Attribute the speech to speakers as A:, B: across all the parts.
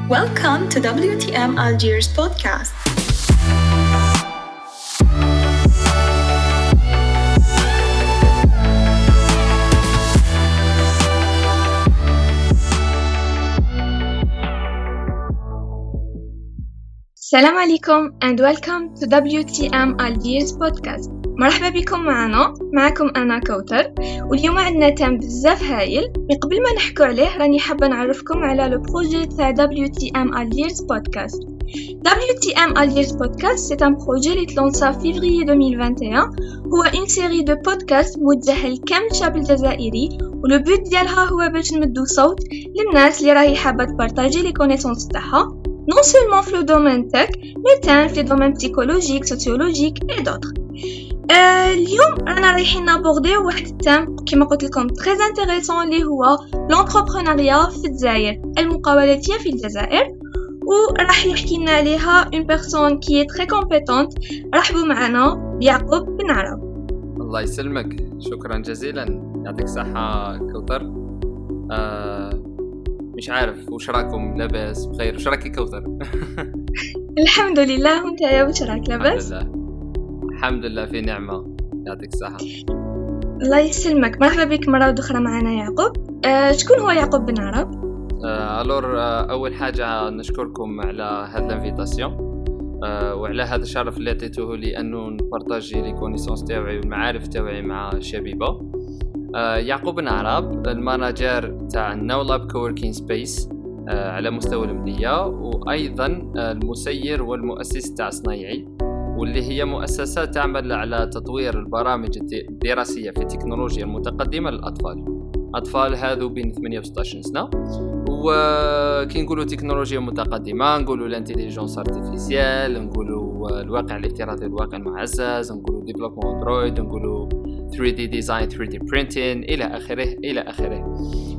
A: Welcome to WTM Algiers podcast.
B: السلام عليكم and welcome to WTM Algiers podcast. مرحبا بكم معكم أنا كوثر، واليوم عندنا تام بزاف هايل. قبل ما نحكو عليه راني حابة نعرفكم على لو بروجي تاع WTM Algiers podcast. WTM Algiers podcast c'est un projet اللي تلونسا في février 2021. هو une série de podcasts موجهة لكامل الشعب الجزائري، ولو بوت ديالها هو باش نمدو صوت للناس اللي راهي حابة تبارطاجي لي كونيسونس تاعها non seulement في le domaine tech mais في le domaine psychologique, sociologique et d'autres. اليوم رانا رايحين نابورديو واحد التام كما قلت لكم très intéressant اللي هو l'entrepreneuriat في الجزائر، المقاولاتية في الجزائر، وراح يحكي لنا عليها une personne qui est très compétente. رحبوا معنا يعقوب بن عرب.
C: الله يسلمك، شكرا جزيلا، يعطيك الصحة كوثر. مش عارف وش راكم، لاباس بخير؟ وش راكي كوثر؟
B: الحمد لله، وانت يا وش راك لاباس؟
C: الحمد لله في نعمة، يعطيك الصحة.
B: الله يسلمك، مرحبا بك مرة أخرى معنا يعقوب. شكون هو يعقوب بن عرب؟
C: أول حاجة نشكركم على هذا الانفيتاسيون وعلى هذا الشرف اللي عطيتوه لي أنه نبارطاجي لي كونيسونس تاعي والمعارف تاعي مع الشبيبة. يعقوب بن عرب المانجر تاع نولاب كووركينج سبيس على مستوى المدينة، وأيضا المسير والمؤسس تاع صنايعي، واللي هي مؤسسة تعمل على تطوير البرامج الدراسية في التكنولوجيا المتقدمة للأطفال هذو بين 8 و 16 سنة. وكي نقولوا تكنولوجيا متقدمة نقولوا الانتيليجنس ارتيفيسيال، نقولوا الواقع الافتراضي والواقع المعزز، نقولوا ديفلوبمون اندرويد، نقولوا 3D design 3D printing إلى آخره.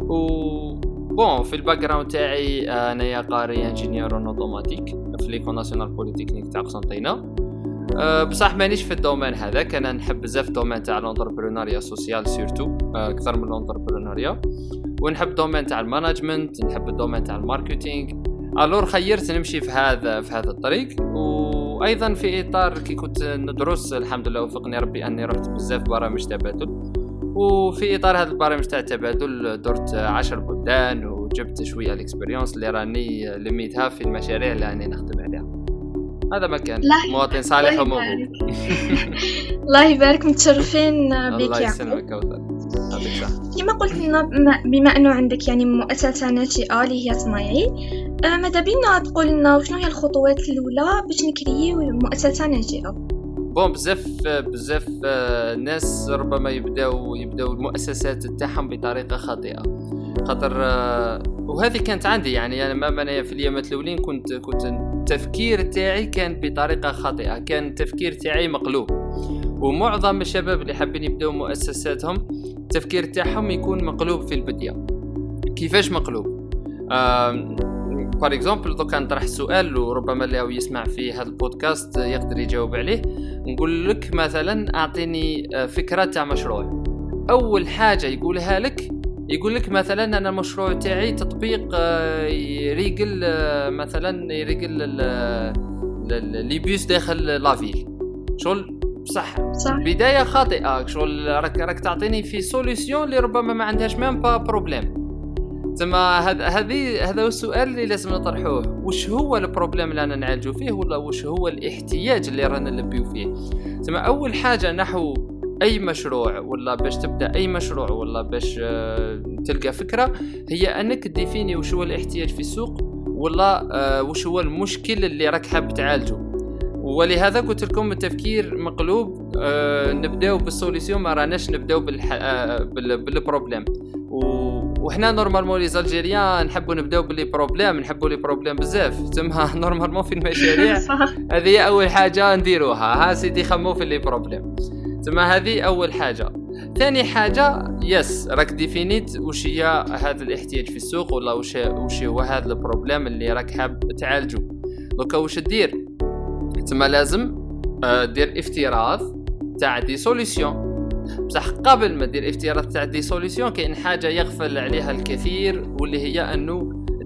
C: بون في الباك جراوند تاعي أنا قاري انجينيور اوتوماتيك في ليكول ناسيونال بوليتكنيك تاع قسنطينة. بصح مانيش في الدومين هذا، كان نحب بزاف الدومين تاع الانتربرونيا سوسيال سورتو اكثر من الانتربرونيا، ونحب الدومين تاع المانجمنت، نحب الدومين تاع الماركتينغ. الور خيرت نمشي في هذا الطريق. وايضا في اطار كي كنت ندرس الحمد لله وفقني ربي اني رحت بزاف برامج تبادل، وفي اطار هذا البرامج تاع التبادل درت 10 بلدان وجبت شويه الاكسبيرينس اللي راني لميتها في المشاريع اللي راني نخدم عليها. هذا مكان مواطن صالح وموهوب.
B: الله يبارك، متشرفين بك
C: الله يسلمك كوثر.
B: كما قلت لنا بما انه عندك يعني مؤسسه ناشئه اللي هي صنايعي، ماذا بينا تقول لنا شنو هي الخطوات الاولى باش نكريو مؤسسه ناشئه؟
C: بون بزاف ناس ربما يبداو المؤسسات تاعهم بطريقه خاطئه، خاطر وهذه كانت عندي يعني انا في اليامات الاولين كنت التفكير تاعي كان بطريقه خاطئه، كان التفكير تاعي مقلوب. ومعظم الشباب اللي حابين يبداو مؤسساتهم التفكير تاعهم يكون مقلوب في البداية. كيفاش مقلوب؟ فور اكزامبل دوكا نطرح سؤال وربما اللي يسمع في هذا البودكاست يقدر يجاوب عليه. نقول لك مثلا اعطيني فكرة تاع مشروع. اول حاجة يقول لك مثلا انا المشروع تاعي تطبيق يريقل لي بيس داخل لافيل. شغل صح. بداية خاطئة، شغل راك تعطيني في سوليسيون اللي ربما ما عندهاش ميم با بروبليم. تما هذا هو السؤال اللي لازم نطرحوه. وش هو البروبليم اللي انا نعالجو فيه، ولا وش هو الاحتياج اللي رانا نلبيو فيه؟ تما اول حاجة نحو اي مشروع، ولا باش تبدا اي مشروع، ولا باش تلقى فكرة، هي انك تديفيني وش هو الاحتياج في السوق، ولا وش هو المشكل اللي راك حاب تعالجه. ولهذا قلت لكم التفكير مقلوب. نبداو بالسوليسيون، ما راناش نبداو بالبروبليم. وحنا نورمالمون لي زالجيريان نحبوا نبداو باللي بروبليم بزاف. تما نورمالمون في المشاريع هذه اول حاجه نديروها، ها سيدي خمو في اللي بروبليم. تما هذه اول حاجه. ثاني حاجه راك ديفينيت وش هي هذا الاحتياج في السوق، ولا وش هو هذا البروبليم اللي راك حاب تعالجه. دوكا وش دير؟ تما لازم دير افتراض تاع دي سوليسيون. بصح قبل ما دير افتراض تاع دي سوليسيون كاين حاجه يغفل عليها الكثير، واللي هي انه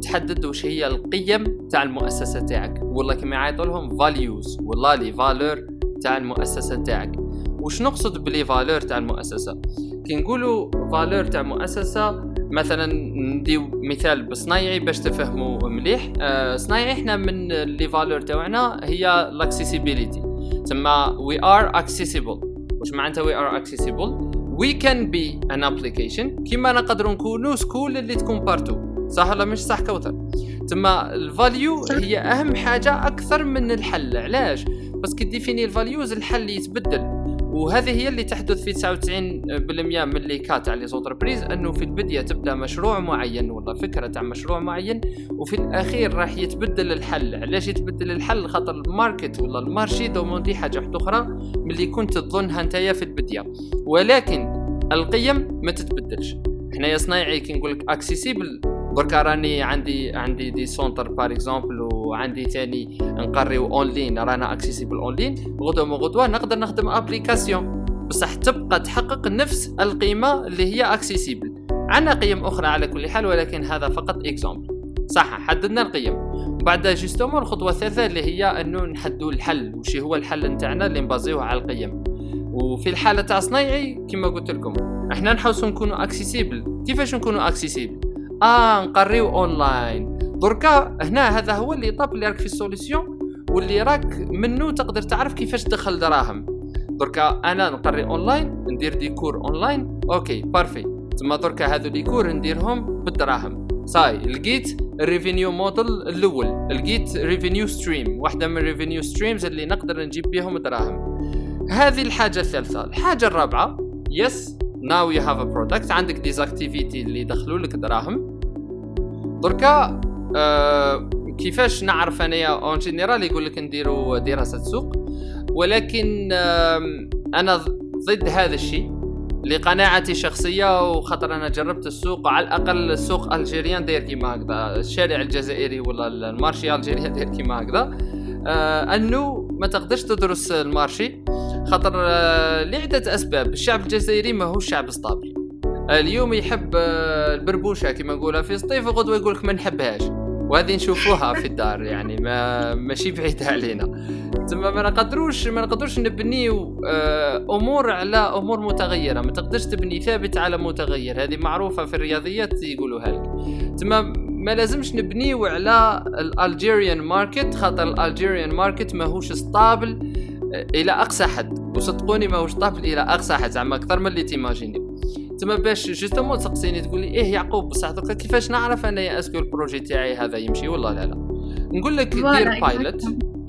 C: تحدد وش هي القيم تاع المؤسسه تاعك، والله كما يعيطوا لهم values، والله لي فالور تاع المؤسسه تاعك. وش نقصد بلي فالور تاع المؤسسه؟ كي نقولوا فالور تاع مؤسسه، مثلا نديو مثال بصنايعي باش تفهموا مليح. صنايعي احنا من لي فالور تاعنا هي الاكسيسيبيليتي، تما we are accessible. وش معناتها we are accessible؟ we can be an application كيما نقدروا نكونوا سكول اللي تكون بارتو، صح ولا مش صح كوثر؟ تما الفاليو هي اهم حاجه اكثر من الحل. علاش؟ بس كي ديفيني الفاليوز الحل يتبدل، وهذه هي اللي تحدث في 99% من لي كات تاع لي زونتربريز، انه في البدايه تبدا مشروع معين ولا فكره تاع مشروع معين، وفي الاخير راح يتبدل الحل. علاش يتبدل الحل؟ خاطر الماركت ولا المارشي دوموندي حاجه اخرى من اللي كنت تظنها نتايا في البدايه، ولكن القيم ما تتبدلش. احنا يا صنايعي كي نقولك اكسيسيبل، بركا راني عندي دي سونتر بار اكزامبل، وعندي ثاني نقريو اونلاين، رانا اكسيسيبل اونلاين، غدوه نقدر نخدم ابليكاسيون بصح تبقى تحقق نفس القيمه اللي هي اكسيسيبل. عندنا قيم اخرى على كل حال، ولكن هذا فقط اكزامبل. صح، حددنا القيم، بعد جوستومون الخطوه الثالثه اللي هي انه نحددوا الحل، وش هو الحل نتاعنا اللي نبازيوه على القيم. وفي الحاله تاع صنايعي كما قلت لكم احنا نحاولوا نكونوا اكسيسيبل. كيفاش نكونوا اكسيسيبل؟ نقريو اونلاين. دركا هنا هذا هو اللي طاب اللي راك في السوليسيون، واللي راك منه تقدر تعرف كيفاش تدخل دراهم. دركا انا نقري اونلاين، ندير دي كور اونلاين، اوكي بارفي. ثم دركا هذو لي كور نديرهم بالدراهم. صاي لقيت الريفينيو موديل الاول، لقيت ريفينيو ستريم، واحده من الريفينيو ستريمز اللي نقدر نجيب بهم دراهم. هذه الحاجه الثالثه. الحاجه الرابعه، يس now you have a product، عندك ديزاكتيفيتي اللي يدخلوا لك دراهم. دركا كيفاش نعرف انايا اون جينيرال؟ يقول لك نديروا دراسه سوق، ولكن انا ضد هذا الشيء لقناعتي شخصيه، وخاطر انا جربت السوق، على الاقل السوق الجيريان داير كيما هكذا، الشارع الجزائري ولا المارشي الجيري داير كيما هكذا. انه ما تقدرش تدرس المارشي خاطر لعده اسباب. الشعب الجزائري ما هو شعب اسطابل، اليوم يحب البربوشه كما نقولها في الصيف، وغدوه يقول لك ما نحبهاش، وهذه نشوفوها في الدار يعني ماشي بعيد علينا. ثم ما نقدروش نبنيو امور على امور متغيره، ما تقدرش تبني ثابت على متغير، هذه معروفه في الرياضيات يقولوها لك. ثم ما لازمش نبنيو على الالجيريان ماركت، خاطر الالجيريان ماركت ماهوش ستابل الى اقصى حد، وصدقوني ماهوش ستابل الى اقصى حد، زعما اكثر من اللي تيماجيني. تما باش جوستومون تسقسيني تقول لي ايه يعقوب بصح دوكا كيفاش نعرف انايا اسكو البروجي تاعي هذا يمشي ولا لا؟ نقول لك دير بايلوت.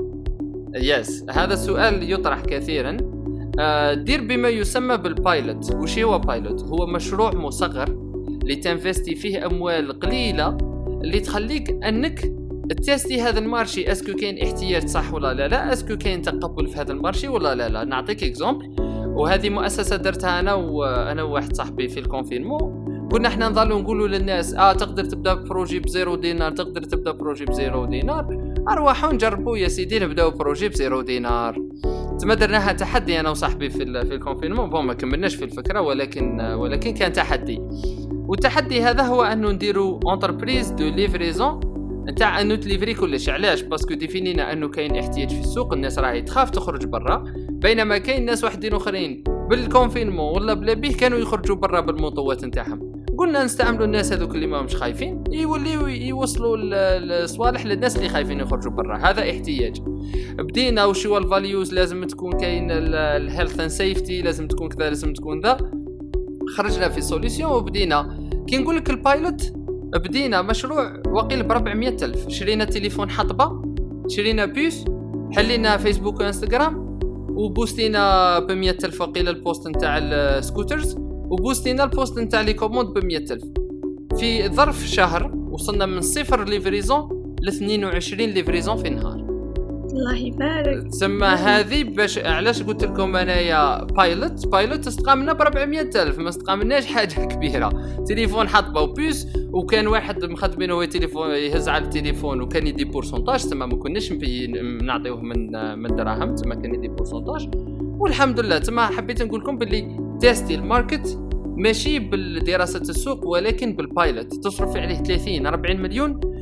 C: يس، هذا السؤال يطرح كثيرا. دير بما يسمى بالبايلوت. وش هو بايلوت؟ هو مشروع مصغر اللي تنفستي فيه اموال قليله، اللي تخليك انك تستي هذا المارشي، اسكو كاين احتياج صح ولا لا، اسكو كاين تقبل في هذا المارشي ولا لا. نعطيك اكزامبل، وهذه مؤسسه درتها انا وواحد صاحبي في الكونفينمون. كنا احنا نضلوا نقولوا للناس تقدر تبدا بروجي ب0 دينار، تقدر تبدا بروجي ب0 دينار، ارواحوا نجربوا يا سيدي نبداو بروجي ب0 دينار. تما درناها تحدي انا وصاحبي في الكونفينمون. بون ما كملناش في الفكره، ولكن كان تحدي. والتحدي هذا هو انه نديروا انتربريز دو ليفريزون نتاع انه تليفري كلش. علاش؟ باسكو ديفينينا انه كاين احتياج في السوق، الناس راهي تخاف تخرج برا، بينما كاين ناس وحدين اخرين بالكونفينمون ولا بلا بيه كانوا يخرجوا برا بالموطوات نتاعهم. قلنا نستعملوا الناس هذوك اللي ما مش خايفين، يوليو يوصلوا الصوالح للناس اللي خايفين يخرجوا برا. هذا احتياج. بدينا وش هو الفاليوز، لازم تكون كاين الهيلث اند سيفتي، لازم تكون كذا، لازم تكون ذا. خرجنا في سوليسيون وبدينا. كي نقول لك البايلوت، بدينا مشروع وقيل ب400,000. شرينا تليفون حطبه، شرينا بيس، حلينا فيسبوك وانستغرام، وبوستينا ب100,000 وقيل البوست نتاع السكوترز، وبوستينا البوست نتاع لي كوموند ب100,000. في ظرف شهر وصلنا من 0 ليفريزون ل 22 ليفريزون في النهار.
B: الله يبارك.
C: تسمى هذه باش علاش قلت لكم انايا بايلوت استقامنا ب400,000، ما استقامناش حاجه كبيره. تليفون حطبه وبيس، وكان واحد مخدمينه هو تليفون يهز على التليفون، وكان يدي بورسونتاج، تما ما كناش نعطيوه من دراهم، تما كان يدي بورسونتاج. والحمد لله تما حبيت نقول لكم باللي تيستي الماركت ماشي بالدراسه السوق، ولكن بالبايلوت. تصرف عليه 30-40 مليون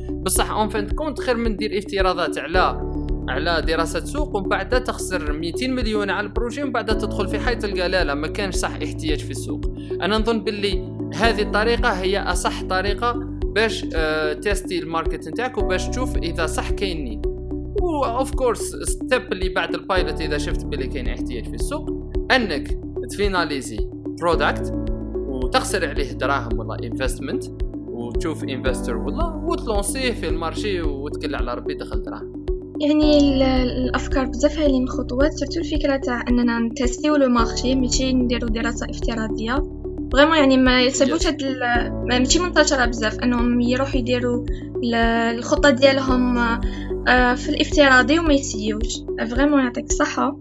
C: بصح اون فين كونت خير من دير افتراضات على دراسه سوق ومن بعد تخسر 200 مليون على البروجي ومن بعد تدخل في حيط القلاله ما كانش صح احتياج في السوق. انا نظن باللي هذه الطريقه هي اصح طريقه باش تيستي الماركت نتاعك وباش تشوف اذا صح كاين نيد. واوف كورس ستيب اللي بعد البايلوت اذا شفت باللي كاين احتياج في السوق انك تفيناليزي برودكت وتخسر عليه دراهم ولا انفستمنت وتشوف انفستور ولا وتلونسيه في المارشي وتكل على ربي دخل دراهم.
B: يعني الافكار بزاف هاي من خطوات سيرتو الفكره تاع اننا نتستيو لو مارشي ماشي نديرو دراسه افتراضيه فريمون يعني ما يسبوش هاد ماشي منتشره بزاف انهم يروحوا يديروا الخطه ديالهم في الافتراضي وما يسيوش فريمون يعطيك الصحه.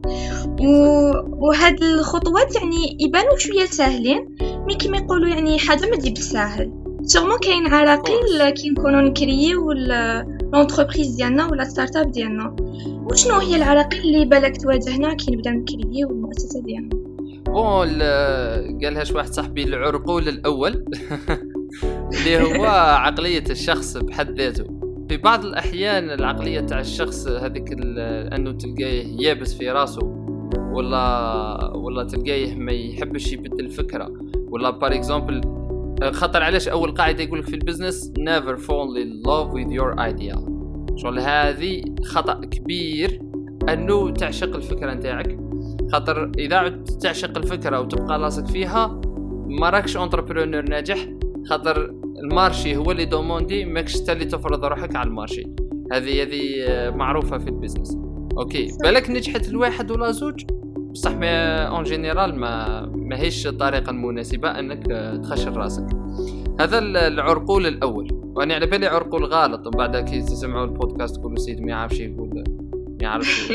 B: وهاد الخطوات يعني يبانوا شويه ساهلين مي كيما يقولوا يعني حاجه ما تجي بالساهل. سورمون كاين عراقيل كي نكونوا نكريو لونتربريز ديالنا ولا ستارت اب ديالنا. وشنو هي العراقيل اللي بالك تواجهنا كي نبدا نكريو المؤسسه ديالنا؟
C: بون قالهاش واحد صاحبي العرقول الاول اللي هو عقليه الشخص بحد ذاته. في بعض الاحيان العقليه تاع الشخص هذيك انه تلقاه يابس في راسه ولا تلقاه ما يحبش يبدل الفكره ولا بار اكزامبل خطر علاش اول قاعده يقولك في البزنس never fall in love with your idea. شغل هذه خطا كبير انه تعشق الفكره نتاعك خاطر اذا تعشق الفكره وتبقى لاصق فيها ما راكش انتربرونور ناجح خاطر المارشي هو اللي دوموندي ماكش انت اللي تفرض روحك على المارشي. هذه معروفه في البيزنس. اوكي بالك نجحت الواحد ولا زوج بصح ما اون جينيرال ما هيش الطريقه المناسبه انك تخشر راسك. هذا العرقول الاول وانا على بالي عرقول غلط ومن بعد كي تسمعوا البودكاست تقولوا سيد ما يعرفش يقول ما يعرفش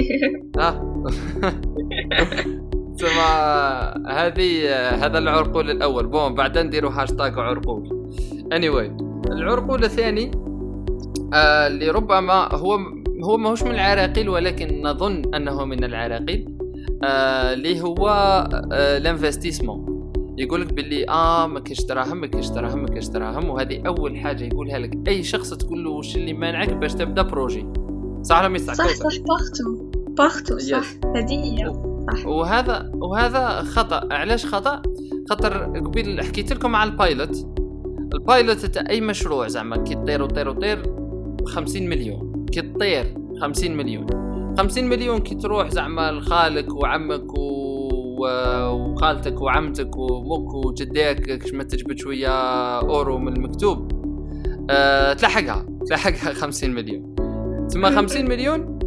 C: ثم هذا العرقول الاول. بون بعد نديروا هاشتاغ عرقول. anyway العرقول الثاني اللي ربما هو ماهوش من العراقيل ولكن نظن انه من العراقيل اللي هو الانفستيسمون. يقولك باللي ما كاش دراهم وهذه اول حاجه يقولها لك اي شخص تقول له واش اللي مانعك باش تبدا بروجي. صح ولا مش صح؟
B: صح بارتو صح هذه هي صح.
C: وهذا خطا. علاش خطا؟ خاطر قبل حكيت لكم على البايلوت تاع اي مشروع زعما كي طير 50 مليون كي تطير 50 مليون كي تروح زعما لخالك وعمك وخالتك وعمتك ومك وجداك كش ما تجبد شويه اورو من المكتوب تلحقها 50 مليون. ثم 50 مليون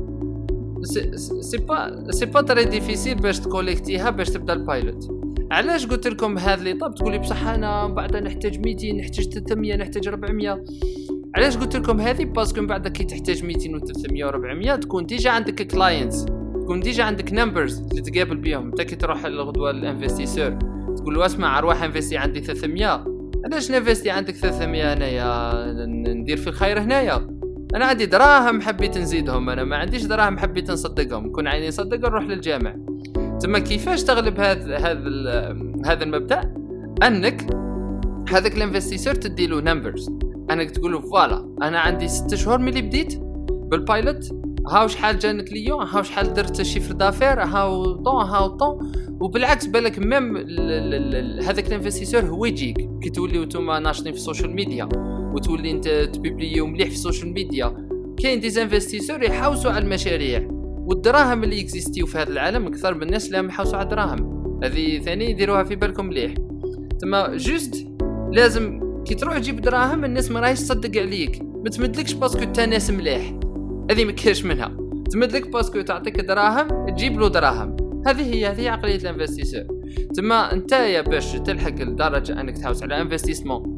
C: سي با تري ديفيسيل باش تكوليكتيها باش تبدا البايلوت. علاش قلت لكم هذا اللي طب تقولي بصح انا بعد نحتاج 200 نحتاج 300 نحتاج 400. علاش قلت لكم هذه؟ باسكو من بعد كي تحتاج 200 و 300 و 400 تكون ديجا عندك كلاينتس تكون ديجا عندك نمبرز اللي تقابل بهم. انت كي تروح الغدوه للانفستيسور تقول له اسمع اروح انفستي عندي 300 علاش نفستي عندك 300 هنايا ندير في الخير هنايا انا عندي دراهم حبيت نزيدهم انا ما عنديش دراهم حبيت نصدقهم كون عايزين نصدق نروح للجامع. ثم كيفاش تغلب هذا المبدا انك هذاك الانفستيسور تديله نمبرز انك تقول له فوالا انا عندي 6 شهور ملي بديت بالبايلوت هاو شحال جانك كليون هاو شحال درت شيفر دافير هاو طون وبالعكس بالك ميم هذاك الانفستيسور هو يجيك كي توليو نتوما ناشطين في السوشيال ميديا وتولي انت تبيبليو مليح في السوشيال ميديا كاين دي انفستيسور يحوسوا على المشاريع والدراهم اللي اكزيستيو في هذا العالم اكثر من الناس اللي يحوسوا على الدراهم. هذه ثاني ديروها في بالكم مليح. ثم جوست لازم كي تروح تجيب دراهم الناس ما راهيش تصدق عليك ما تمدلكش باسكو انت ناس مليح هذه ما كاينش منها تمدلك باسكو تعطيك دراهم تجيب له دراهم. هذه عقليه الانفستيسور. ثم انت يا باش تلحق الدرجه انك تحوس على انفستيسمون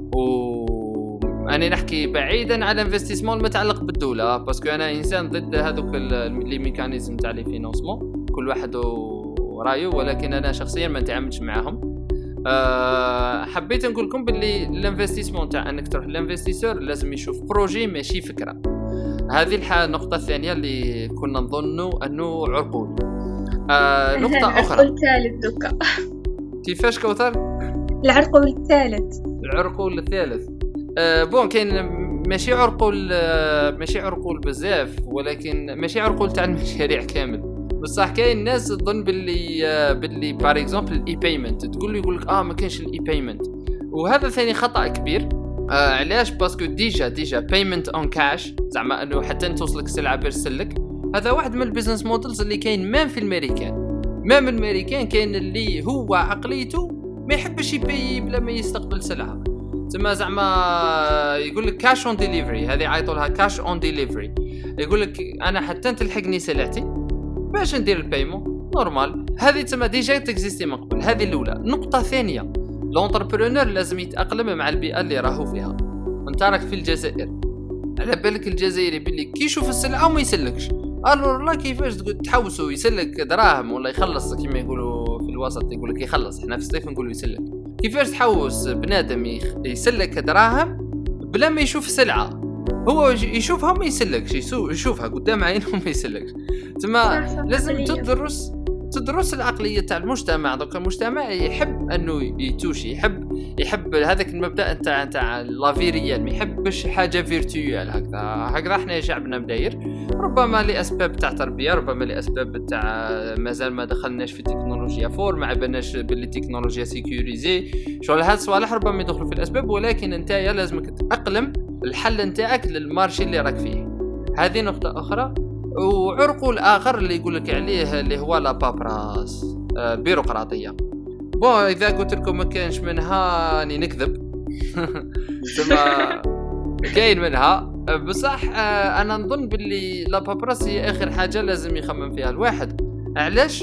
C: انا نحكي بعيدا على الانفستيسمون المتعلق بالدوله باسكو انا انسان ضد هذوك لي ميكانيزم تاع لي فينانسمون كل واحد ورايه ولكن انا شخصيا ما نتعاملش معاهم. حبيت نقول لكم باللي الانفستيسمون تاع انك تروح للانفستيسور لازم يشوف بروجي ماشي فكره. هذه النقطه الثانيه اللي كنا نظنوا انه عرقول. نقطه اخرى
B: الثالث دوكا
C: كيفاش كوثر؟
B: العرقول الثالث
C: بون كاين ماشي عرقول بزاف، ولكن ماشي عرقول تاع المشاريع كامل. بصح كاين ناس تظن باللي بار اكزومبل الاي بايمنت، يقول لك ما كاينش الاي بايمنت، وهذا ثاني خطا كبير. علاش؟ باسكو ديجا بايمنت اون كاش، زعما انه حتى توصلك السلعه برسلك، هذا واحد من البيزنس مودلز اللي كاين مام في الامريكان كاين اللي هو عقليته ما يحبش يبي بلا ما يستقبل سلعه، تما زعما يقول لك كاش اون ديليفري، هذه عيطوا لها كاش اون ديليفري. يقول لك انا حتى تلحقني سلعتي باش ندير البايمون نورمال. هذه تما ديجا تكزيستي من قبل، هذه الاولى. نقطه ثانيه، لونتربرونور لازم يتاقلم مع البيئه اللي راهو فيها. انت راك في الجزائر، على بالك الجزائري باللي كي يشوف السلعه وما يسلكش، الور لا كيفاش تحوسوا يسلك دراهم ولا يخلص كما يقولوا في الوسط، يقول لك يخلص، احنا في الصيف نقولوا يسلك. كيفاش تحوس بنادم يسلك دراهم بلا ما يشوف سلعه؟ هو يشوفها ما يسلكش، يشوفها قدام عينه ما يسلكش. تما لازم تدرس العقليه تاع المجتمع. دوك المجتمع يحب انه يتوشي، يحب هذاك المبدا تاع لافيريال، ما يحبش حاجه فيرتوال هكذا. احنا شعبنا مداير، ربما لاسباب تاع تربيه، ربما لاسباب تاع مازال ما دخلناش في التكنولوجيا فور، ما عبناش باللي التكنولوجيا سيكوريزي، شغل هاد الصوالح ربما يدخلوا في الاسباب، ولكن نتايا لازمك تأقلم الحل نتاعك للمارشي اللي راك فيه. هذه نقطه اخرى. وعرقه الاخر اللي يقول لك عليه اللي هو لا بابراس، بيروقراطيه. اذا قلت لكم ما كانش منها اني نكذب ثم كاين منها بصح. انا نظن باللي لا بابراس هي اخر حاجه لازم يخمم فيها الواحد. علاش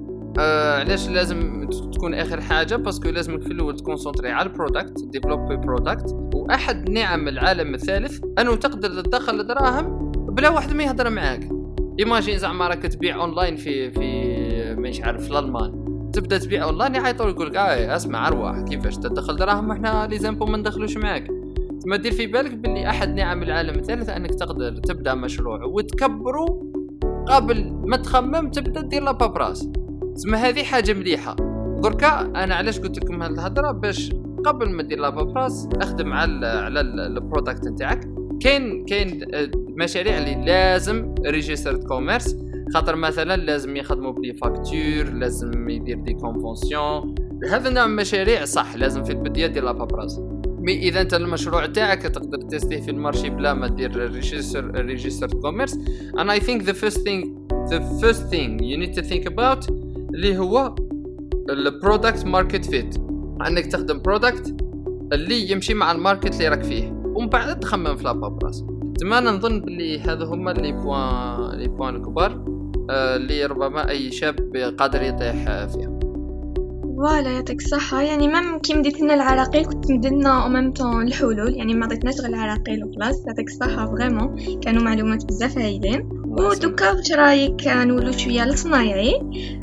C: لازم تكون اخر حاجه؟ باسكو لازمك في الاول تكونسونطري على البرودكت، ديفلوبي برودكت. واحد نعم العالم الثالث انه تقدر تدخل دراهم بلا واحد ما يهضر معاك. ايماجين زعما راك تبيع اونلاين في مش عارف في الالمان، تبدا تبيع اونلاين يعيطوا يقول لك اسمع ارواح كيفاش تدخل دراهم احنا لي زامبو ما ندخلوش معاك. ما دير في بالك باللي احد نعم العالم الثالث انك تقدر تبدا مشروع وتكبره قبل ما تخمم تبدا دير لا بابراس. تسمى هذه حاجه مليحه. دركا انا علاش قلت لكم هاد الهضره؟ باش قبل ما دير لا بابراس اخدم على البرودكت نتاعك. كاين مشاريع اللي لازم ريجسترد كوميرس، خاطر مثلا لازم يخدموا بلي فاكتور، لازم يدير دي كونفونسيون. هذا نوع مشاريع صح لازم في البدايه دير لا بابراس. مي اذا انت المشروع تاعك تقدر تستيه في المارشي بلا ما دير ريجسترد كوميرس. and I think the first thing you need to think about اللي هو البرودكت ماركت فيت، انك تخدم برودكت اللي يمشي مع الماركت اللي راك فيه، ومن بعد تخمم في لابابراس. تما انا نظن باللي هذا هما لي بوان الكبار اللي ربما اي شاب قادر يطيح فيها.
B: فوالا يعطيك الصحة. يعني مام كي مديت لنا العراقيل كنت مدلنا او طون الحلول، يعني ما عطيتناش غير العراقيل وخلاص. يعطيك الصحة فريمون، كانوا معلومات بزاف هايلين. ودوكا واش رايك نولو شويه للصنايعي؟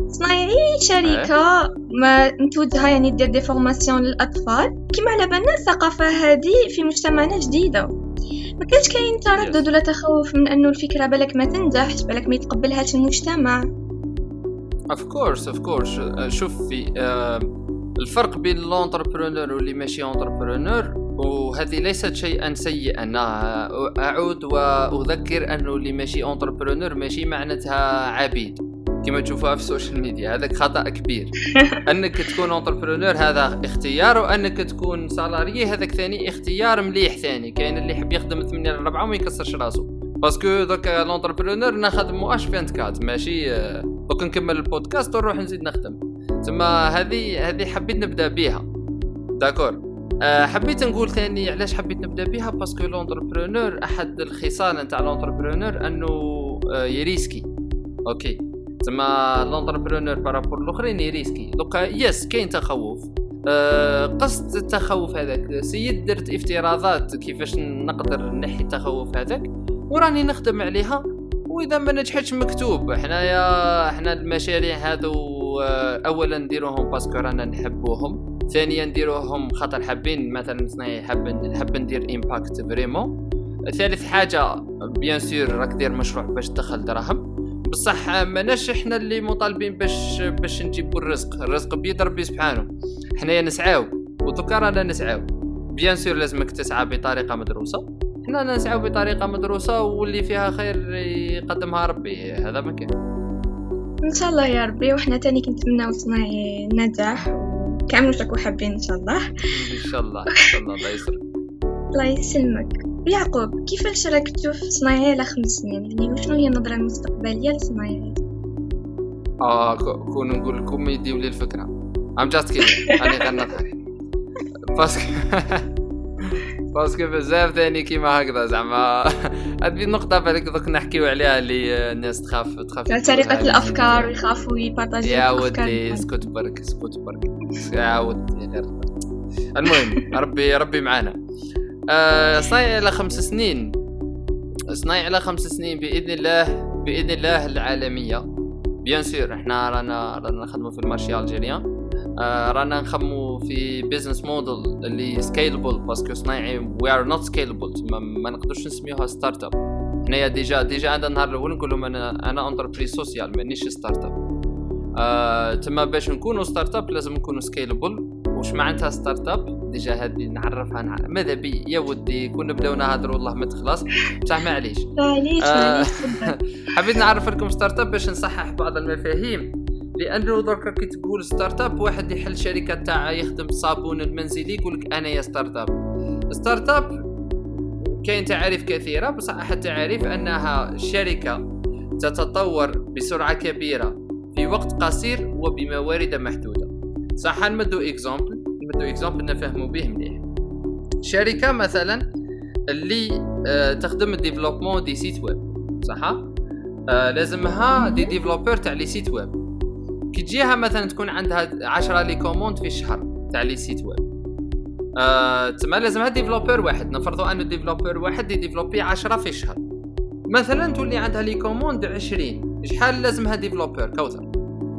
B: شركه ما نتوجها يعني دير دي فورماسيون للاطفال. كيما على بالنا الثقافه هذه في مجتمعنا جديده، ما كانش كاين تردد ولا تخوف من انه الفكره بالك ما تنجحش، بالك ما يتقبلهاش المجتمع.
C: of course شوف في الفرق بين الانتربرونور واللي ماشي انتربرونور، وهذه ليست شيئا سيئا. اعود واذكر انه اللي ماشي انتربرونور ماشي معناتها عبيد كما تشوفوها في السوشيال ميديا، هذاك خطأ كبير. انك تكون انتربرونور هذا اختيار، وانك تكون سالاري هذاك ثاني اختيار مليح ثاني. كاين اللي يحب يخدم 8 ل 4 وما يكسرش راسه، باسكو دوك الانتربرونور نخدمو اش 24 ماشي دوك نكمل البودكاست ونروح نزيد نخدم. ثم هذه حبيت نبدا بها داكور. حبيت نقول ثاني علاش حبيت نبدا بها، باسكو الانتربرونور احد الخصال نتاع الانتربرونور انه يريسكي. اوكي ثم الانتربرونور بارابور الاخرين يريسكي. دوكا يس كاين تخوف، قصد التخوف هذاك سيد درت افتراضات كيفاش نقدر نحي التخوف هذاك وراني نخدم عليها، واذا ما نجحتش مكتوب. احنا المشاريع هذو اولا نديروهم باسكو رانا نحبوهم، ثانيا نديروهم خاطر حابين مثلا صناعي حاب ندير امباكت فريمون، ثالث حاجه بيان سور راك دير مشروع باش تدخل دراهم. بصح ماناش احنا اللي مطالبين باش نجيبوا الرزق بيد ربي سبحانه، حنايا نسعاو ودوكا رانا نسعاو. بيان سور لازمك تسعى بطريقه مدروسه، حنا نسعى بطريقه مدروسه واللي فيها خير يقدمها ربي، هذا ما كان.
B: ان شاء الله يا ربي. وحنا تاني كنتمناو صناعي نجاح وكامل شكو حابين ان شاء الله.
C: ان شاء الله ان شاء الله. الله يسر.
B: الله يسلمك. يعقوب، كيفاش راك تشوف صناعي على 5 سنين؟ يعني وشنو هي النظره المستقبليه لصناعي؟
C: كون نقول لكم يديو لي الفكره ام جاست كده انا غنضحك باسكو بزاف ثاني كيما هكذا زعما هذه النقطه بالك دوك نحكيو عليها اللي الناس تخاف
B: طريقه الافكار ويخافوا يبارطاجيو
C: يا ودي اسكت برك يا ودي غير. المهم ربي معانا. صناعي على 5 سنين، صناعي على 5 سنين باذن الله العالميه. بيان سور احنا رانا نخدموا في المارشي الجيريان، رانا نخمو في بيزنس موديل اللي سكيلبل، باسكو صناعي وي ار نوت سكيلبل، ما نقدرش نسميوها ستارت اب. حنايا ديجا عندنا النهار الاول نقول لهم انا انتربريز سوسيال مانيش ستارت اب. تما باش نكونوا ستارت اب لازم نكونوا سكيلبل. واش معناتها ستارت اب؟ ديجا هذه نعرفها ماذا بي يا ودي كنا بداو نهضروا والله ما تخلص بصح معليش حبيت نعرف لكم ستارت اب باش نصحح بعض المفاهيم. لانه درك كي تقول ستارت اب واحد يحل شركه تاع يخدم الصابون المنزلي يقولك انا يا ستارت اب كاين تعاريف كثيره، بصح احد تعاريف انها شركه تتطور بسرعه كبيره في وقت قصير وبموارد محدوده. صح نمدو اكزامبل نفهموا به مليح. شركه مثلا اللي تخدم الديفلوبمون دي سيت ويب، صح؟ لازمها دي ديفلوبر تاع لي سيت ويب. كي تجيها مثلا تكون عندها 10 لي كوموند في الشهر تاع لي سيت ويب، تما لازمها ديفلوبر واحد. نفرضوا انه ديفلوبر واحد يديفلوبي 10 في الشهر، مثلا تولي عندها لي كوموند 20. شحال لازمها ديفلوبر كوثر؟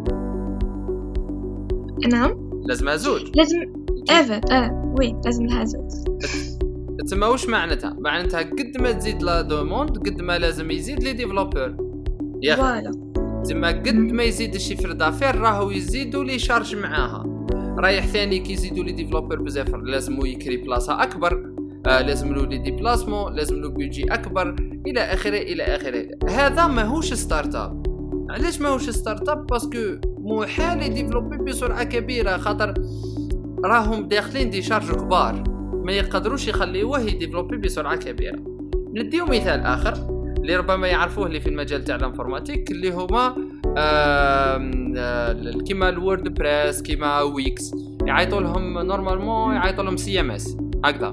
B: نعم
C: لازمها زوج.
B: لازم وي لازم لها زوج.
C: تما واش معناتها قد ما تزيد لا دوموند قد ما لازم يزيد لي ديفلوبر يا
B: فوالا.
C: تما قد ما يزيد الشيفر دافير راهو يزيدوا لي شارج معاها. رايح ثاني كي يزيدوا لي ديفلوبر بزاف لازمو يكري بلاصه اكبر، لازم له لي ديبلاسمون، لازم له بيجي اكبر الى اخره. هذا ماهوش ستارت اب. علاش ماهوش ستارت اب؟ باسكو محال يديفلوبي بسرعه كبيره، خاطر راهم داخلين دي شارج كبار ما يقدروش يخليوه يديفلوبي بسرعه كبيره. نديو مثال اخر اللي ربما يعرفوه اللي في المجال تاع الانفورماتيك، اللي هما كيما الوورد بريس كيما ويكس، يعيطوا لهم نورمالمون يعيطوا لهم CMS هكذا.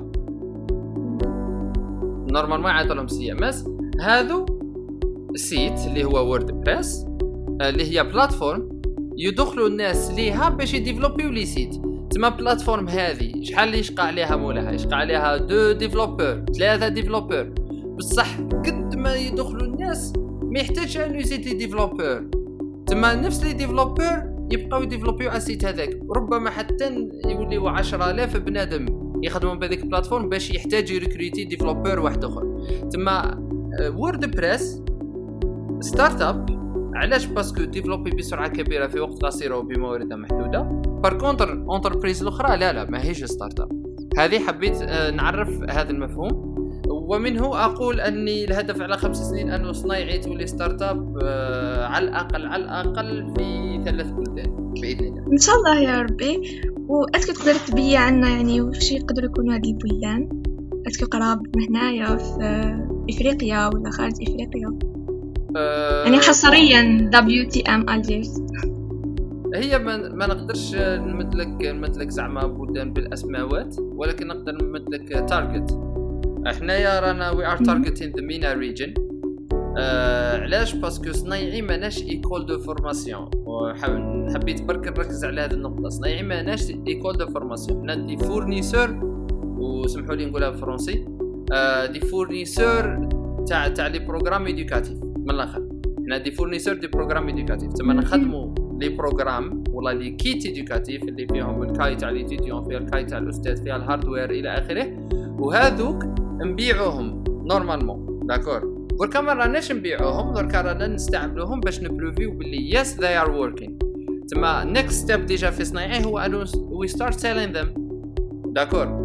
C: نورمالمون يعيطوا لهم CMS. هذو السيت اللي هو وورد بريس اللي هي بلاتفورم يدخلوا الناس ليها باش يديفلوبيو لي سيت. تما بلاتفورم هذه شحال اللي يشقى عليها مولاها؟ يشقى عليها 2 ديفلوبر 3 ديفلوبر، بصح قد ما يدخلوا الناس ما يحتاج انه يزيد لي ديفلوبر. تما نفس لي ديفلوبر يبقاو يديفلوبيو على السيت هذاك، ربما حتى يوليو 10,000 بنادم يخدموا بهذيك البلاتفورم باش يحتاج يريكروتي ديفلوبر واحد اخر. تما وورد بريس ستارت اب. علاش؟ باسكو ديفلوبي بسرعه كبيره في وقت قصير وبموارد محدوده. بار كونتر انتربريز الاخرى لا ما هيش ستارت اب. هذه حبيت نعرف هذا المفهوم، ومنه اقول اني الهدف على 5 سنين انه صنايعي تولي ستارت اب على الاقل في 3 بلدان باذن الله
B: ان شاء الله يا ربي. واسكو تقدر تبين عنا يعني واش يقدروا يكونوا هاد البلدان؟ اسكو قراب من هنايا في افريقيا ولا خارج افريقيا؟ يعني حصريا WTM Algiers.
C: هي ما نقدرش نمدلك زعما بلدان بالاسماوات، ولكن نقدر نمدلك تارجت. احنايا رانا we are targeting the MENA region. علاش؟ باسكو صنايعي ماناش ايكول دو فورماسيون، وحبيت برك نركز على هذه النقطه. صنايعي ماناش ايكول دو فورماسيون، حنا دي فورنيسور، وسمحوا لي نقولها بالفرنسي، دي فورنيسور تاع لي بروغرام ايدوكاتيف. من الاخر حنا دي فورنيسور دي بروغرام ايدوكاتيف. تما نخدموا لي بروغرام ولا لي كيت ايدوكاتيف اللي فيهم الكاي تاع ليتيديون، فيها الكاي تاع الاستاذ، فيها الهاردوير الى اخره، وهذوك نبيعوهم نورمالمون. داكور؟ دركا ما راناش نبيعوهم، دركا رانا نستعملوهم باش نبروفيو باللي yes they are working. تما next step ديجا في صنايعي هو انه we start selling them. داكور؟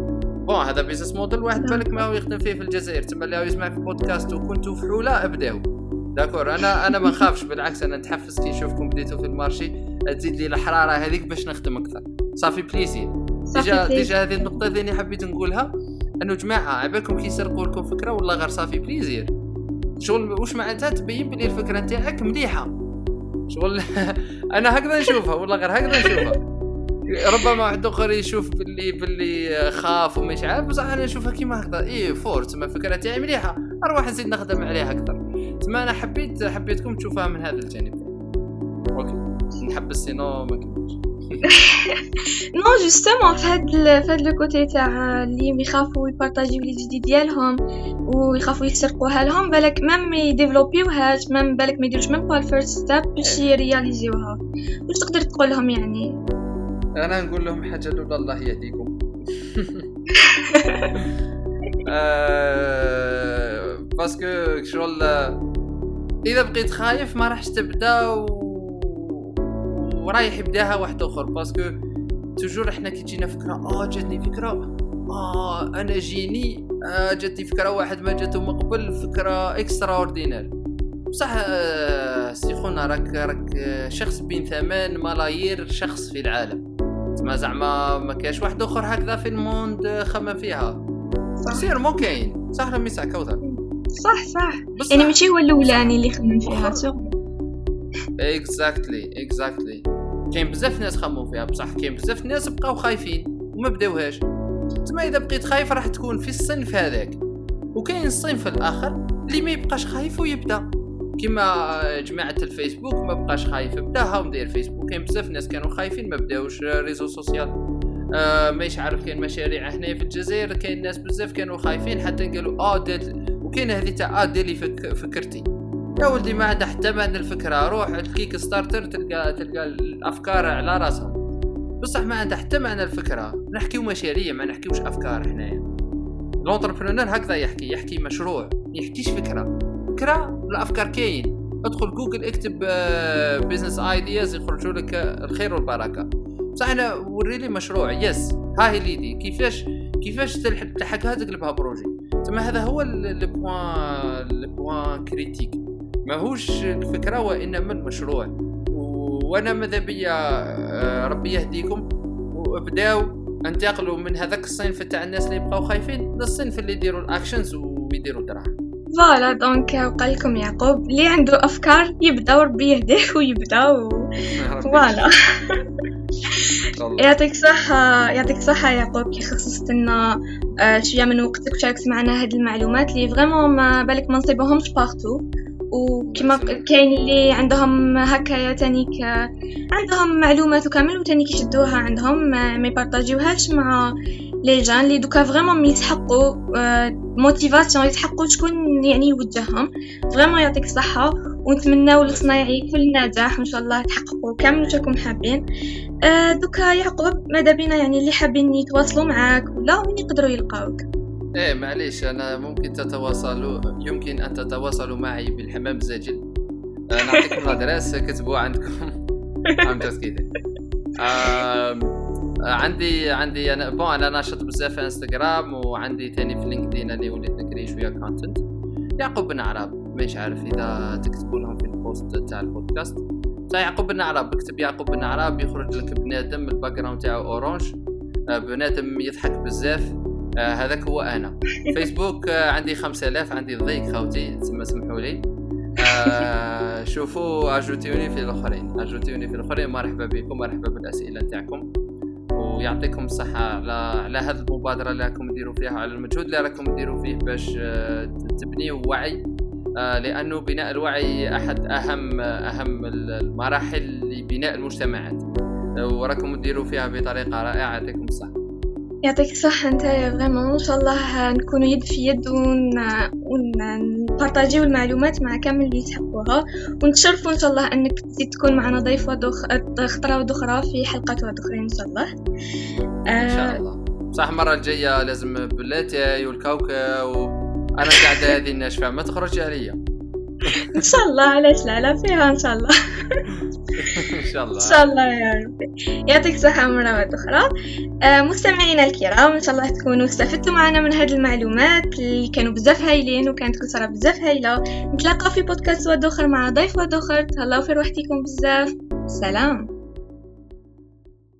C: هذا بيزنس موديل واحد بالك ما هو يخدم فيه في الجزائر، تما اللي يسمع في بودكاست وكنتوا في حوله ابداو داكور. انا ما نخافش، بالعكس انا نتحفز كي نشوفكم بديتوا في المارشي، تزيد لي الحراره هذيك باش نخدم اكثر. صافي بليزير. ديجا هذه النقطه اللي حبيت نقولها، انه جماعه عبالكم كي يسرقوا لكم فكره والله غير صافي بليزير شغل، واش معناتها تبين بلي الفكره نتاعك مليحه شغل. انا هكذا نشوفها والله، غير هكذا نشوفها. ربما واحد اخر يشوف باللي خاف ومش عارف، بصح انا نشوفها كيما هكذا فور تما الفكره تاعي مليحه، اروح نزيد نخدم عليها اكثر. تما انا حبيتكم تشوفوها من هذا الجانب. اوكي نحبس سينو ما كملش.
B: نو جوستومون في هاد لو كوتي تاع اللي يخافوا يبارطاجيو لي زيدي ديالهم ويخافوا يسرقوها لهم، بالك ميم يديفلوبيوهاش، ميم بالك ما يديروش ميم با الفيرست ستيب باش يرياليزيوها. واش تقدر تقول لهم يعني؟
C: انا نقول لهم حاجه لولا الله يهديكم. باسكو شغل اذا بقيت خايف ما راحش تبدا ورايح يبداها واحد اخر. باسكو توجور احنا كي تجينا فكره جاتني فكره انا جيني جاتني فكره واحد ما جاته من قبل، فكره اكسترا اوردينير بصح. سيخونا راك شخص بين 8 ملايير شخص في العالم، ما زعما ما كاش واحد اخر هكذا في الموند خمم فيها. سير مو كاين صح ولا ميسع كوثر؟
B: صح يعني ماشي هو الاولاني اللي خمم فيها شغل.
C: اكزاكتلي كاين بزاف ناس خمموا فيها، بصح كاين بزاف ناس بقاو خايفين وما بداوهاش. تما اذا بقيت خايف راح تكون في الصنف هذاك، وكاين الصنف الاخر اللي ما يبقاش خايف ويبدا كيما جماعه الفيسبوك ما بقاش خايف بداها ومدير فيسبوك. كاين بزاف ناس كانوا خايفين ما بداوش ريزو سوسيال. ماش عارف كاين مشاريع هنا في الجزائر، كاين ناس بزاف كانوا خايفين حتى قالوا وكاين هذه تاع ديلي فكرتي يا ولدي ما عندها حتى معنى الفكره. روح الكيك ستارتر تلقى الافكار على راسهم، بصح ما عندها حتى معنى الفكره. نحكيو مشاريع ما نحكيوش افكار. حنايا لونتربرونور هكذا يحكي مشروع، يحكيش فكره الافكار كاين. ادخل جوجل اكتب بيزنس ايدياز يخرجوا لك الخير والبركه. بصح انا وريلي مشروع يس هاي ليدي كيفاش تلحقها تقلبها بروجي. ثم هذا هو البوان كريتيك، ماهوش الفكره وانما المشروع. وانا ماذا بيا ربي يهديكم وابداو انتقلوا من هذاك الصنف تاع الناس اللي يبقاو خايفين للصنف اللي يديروا الاكشنز ويديروا دراهم.
B: فوالا دونك وقال لكم يعقوب اللي عنده افكار يبدا وربي يهديه ويبدا فوالا. يعطيك صحة يعقوب كي خصصت لنا شويه من وقتك وشاركت معنا هاد المعلومات اللي فريمون ما بالك ما نصيبهمش بارتو. وكما كاين اللي عندهم هكايا تانيك عندهم معلومات وكامل وتانيك يشدوها عندهم ما يبارطاجيوهاش مع لي جان اللي دوكا فريمون يسحقوا موتيفاسيون، يسحقوا شكون يعني يوجههم. فريمون يعطيك الصحة ونتمناو للصنايعي كل نجاح وان شاء الله تحققوا كامل واش راكم حابين. دوكا يعقوب ماذا بينا يعني اللي حابين يتواصلوا معاك ولا وين يقدروا يلقاوك؟
C: معليش انا يمكن ان تتواصلوا معي بالحمام الزاجل. نعطيكم الادرس كتبوه عندكم. عندي انا ناشط بزاف في انستغرام، وعندي ثاني في لينكدين اللي وليت نكري شويه كونتنت. يعقوب بن عرب مش عارف اذا تكتبوا لهم في البوست تاع البودكاست تاع يعقوب بن عرب، اكتب يعقوب بن عرب يخرج لك بنادم الباك جراوند تاعو اورانج، بنادم يضحك بزاف. هذاك هو انا. فيسبوك عندي 5000، عندي ضيق خوتي تسمى سمحوا لي. شوفوا اجوتيوني في الاخرين. مرحبا بكم، مرحبا بالاسئله نتاعكم، ويعطيكم الصحه على هذه المبادره اللي راكم ديروا فيها، على المجهود اللي راكم ديروا فيه باش تبنيوا وعي. لانه بناء الوعي احد اهم المراحل لبناء المجتمعات، وراكم ديروا فيها بطريقه رائعه. يعطيكم الصحه.
B: يعطيك الصحة انت فريمون، ان شاء الله نكونوا يد في يد ونبارطاجيو المعلومات مع كامل اللي يسحقوها، ونتشرفوا ان شاء الله انك تزيد تكون معنا ضيف خطرة ودخرة في حلقات اخرى ان شاء الله.
C: ان شاء الله. صح المرة الجاية لازم بلاتي والكاوكا وانا قاعدة هذه الناشفة ما تخرج عليا.
B: ان شاء الله، علاش لا فيها ان شاء الله.
C: ان شاء الله
B: إن شاء الله يا ربي. يعطيك الصحة مرة أخرى. مستمعينا الكرام، إن شاء الله تكونوا استفدتوا معنا من هذه المعلومات اللي كانوا بزاف هايلين وكانت قصرة بزاف هايلة. نتلاقى في بودكاست واد آخر مع ضيف واد آخر. تهلاو في روحتكم بزاف. سلام.